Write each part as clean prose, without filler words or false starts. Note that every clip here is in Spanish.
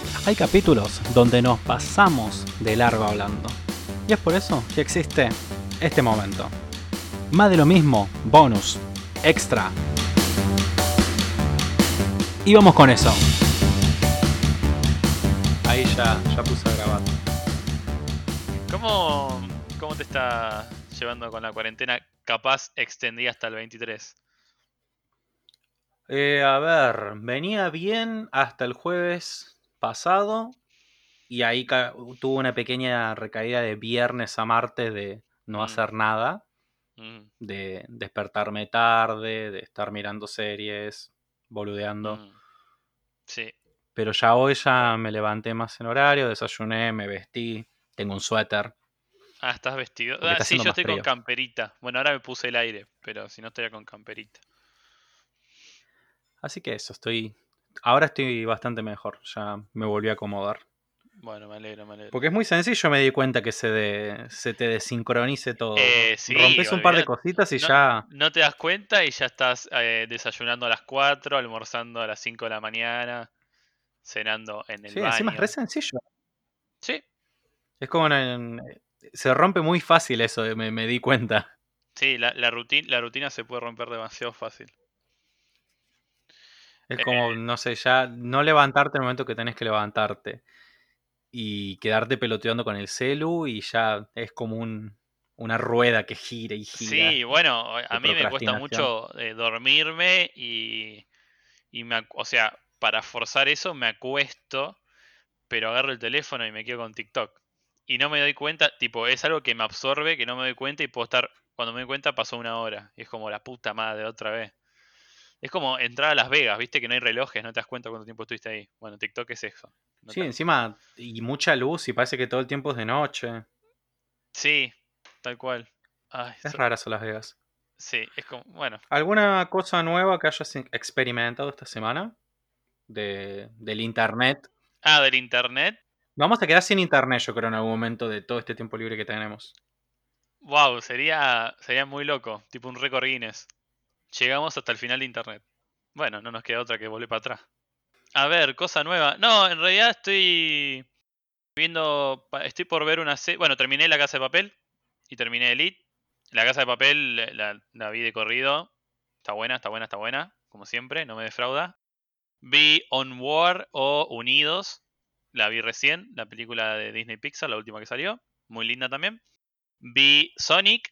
Hay capítulos donde nos pasamos de largo hablando. Y es por eso que existe este momento. Más de lo mismo, bonus, extra. Y vamos con eso. Ahí ya puse a grabar. ¿Cómo te está llevando con la cuarentena capaz extendida hasta el 23? A ver, venía bien hasta el jueves pasado. Y ahí tuvo una pequeña recaída de viernes a martes de no Mm, hacer nada. mm, De despertarme tarde, de estar mirando series, boludeando. mm. Sí. Pero ya hoy ya me levanté más en horario, desayuné, me vestí, tengo un suéter, Ah, ¿estás vestido? porque Ah, está sí, haciendo yo más estoy con frío. camperita. Bueno, ahora me puse el aire, pero si no estaría con camperita. Así que eso, ahora estoy bastante mejor, ya me volví a acomodar. Bueno, me alegro, me alegro. Porque es muy sencillo, me di cuenta que se te desincronice todo. Sí, Rompes un par de olvidate. cositas y No, ya... no te das cuenta y ya estás desayunando a las 4, almorzando a las 5 de la mañana, cenando en el Sí, encima es re baño. sencillo. Sí, Es como se rompe muy fácil eso, me di cuenta. sí, la rutina se puede romper demasiado fácil. Es Eh, como, no sé, ya no levantarte en el momento que tenés que levantarte y quedarte peloteando con el celu y ya es como una rueda que gira y gira sí, bueno, de a mí me cuesta procrastinación. mucho dormirme y o sea, para forzar eso me acuesto, pero agarro el teléfono y me quedo con TikTok. Y no me doy cuenta, tipo, es algo que me absorbe, que no me doy cuenta y puedo estar, cuando me doy cuenta pasó una hora. Y es como la puta madre otra vez. Es como entrar a Las Vegas, viste que no hay relojes, no te das cuenta cuánto tiempo estuviste ahí. Bueno, TikTok es eso. No Sí, te- encima, y mucha luz y parece que todo el tiempo es de noche. Sí, tal cual. Ay, Es rara Las Vegas. sí, es como, bueno. ¿Alguna cosa nueva que hayas experimentado esta semana del internet? Ah, del internet. Vamos a quedar sin internet, yo creo, en algún momento de todo este tiempo libre que tenemos. Wow, sería muy loco, tipo un récord Guinness. Llegamos hasta el final de internet. Bueno, no nos queda otra que volver para atrás. A ver, cosa nueva. No, en realidad estoy por ver una serie. Bueno, terminé La Casa de Papel y terminé Elite. La Casa de Papel la vi de corrido. Está buena, está buena, está buena. Como siempre, no me defrauda. Vi Onward o Unidos. La vi recién, la película de Disney Pixar, la última que salió. Muy linda también. Vi Sonic,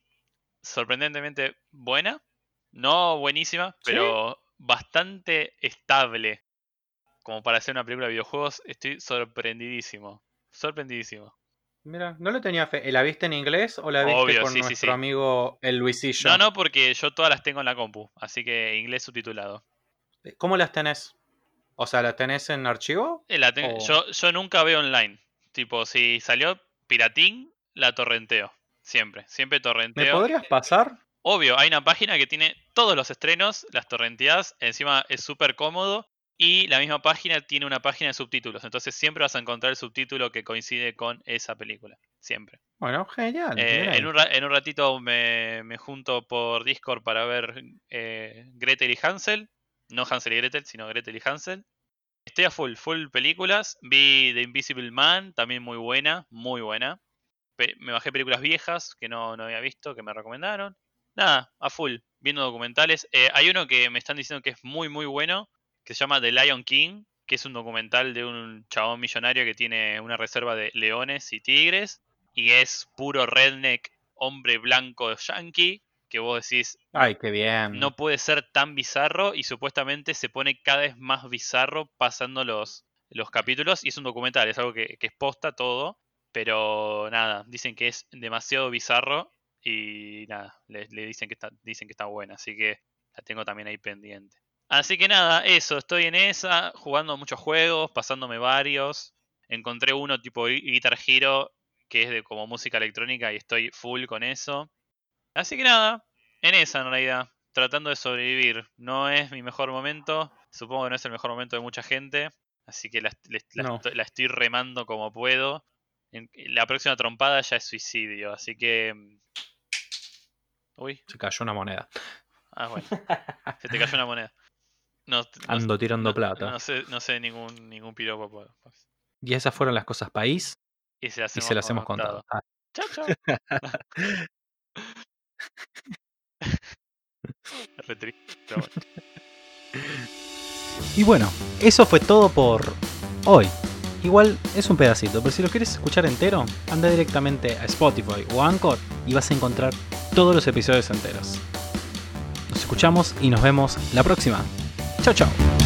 sorprendentemente buena. No buenísima, ¿Sí? pero bastante estable. Como para hacer una película de videojuegos, estoy sorprendidísimo. Sorprendidísimo. Mira, no le tenía fe. ¿La viste en inglés o la viste Obvio, con sí, sí, nuestro sí. amigo el No, Luisillo? no, porque yo todas las tengo en la compu, así que inglés subtitulado. ¿Cómo las tenés? O sea, ¿las tenés en archivo? ¿O Yo nunca veo online. Tipo, si salió piratín, la torrenteo. Siempre, siempre me torrenteo. podrías pasar? Obvio, hay una página que tiene todos los estrenos, las torrenteadas, encima es súper cómodo. Y la misma página tiene una página de subtítulos. Entonces siempre vas a encontrar el subtítulo que coincide con esa película. Siempre. Bueno, genial, bien ahí. En un ratito me junto por Discord para ver Gretel y Hansel. No Hansel y Gretel, sino Gretel y Hansel. Estoy a full películas. Vi The Invisible Man, también muy buena, muy buena. Me bajé películas viejas que no había visto, que me recomendaron. Nada, a full, viendo documentales. Hay uno que me están diciendo que es muy bueno, que se llama The Lion King, que es un documental de un chabón millonario que tiene una reserva de leones y tigres, y es puro redneck, hombre blanco yankee, que vos decís, Ay, qué no bien. puede ser tan bizarro, y supuestamente se pone cada vez más bizarro pasando los capítulos, y es un documental, es algo que es posta todo, pero nada, dicen que es demasiado bizarro y nada, le dicen que está buena, así que la tengo también ahí pendiente. Así que nada, eso, estoy en esa, jugando muchos juegos, pasándome varios. Encontré uno tipo Guitar Hero que es de como música electrónica y estoy full con eso. Así que nada, en esa en realidad, tratando de sobrevivir. No es mi mejor momento, supongo que no es el mejor momento de mucha gente, así que No, la estoy remando como puedo. La próxima trompada ya es suicidio, así que... Uy, se cayó una moneda. ah bueno, se te cayó una moneda. Ando tirando plata. No sé ningún piropo. Y esas fueron las cosas país. Y se las hemos contado. Chao, chao. Re triste, pero bueno. Y bueno, eso fue todo por hoy. Igual es un pedacito, pero si lo quieres escuchar entero, anda directamente a Spotify o Anchor y vas a encontrar todos los episodios enteros. Nos escuchamos y nos vemos la próxima. Chao, chao.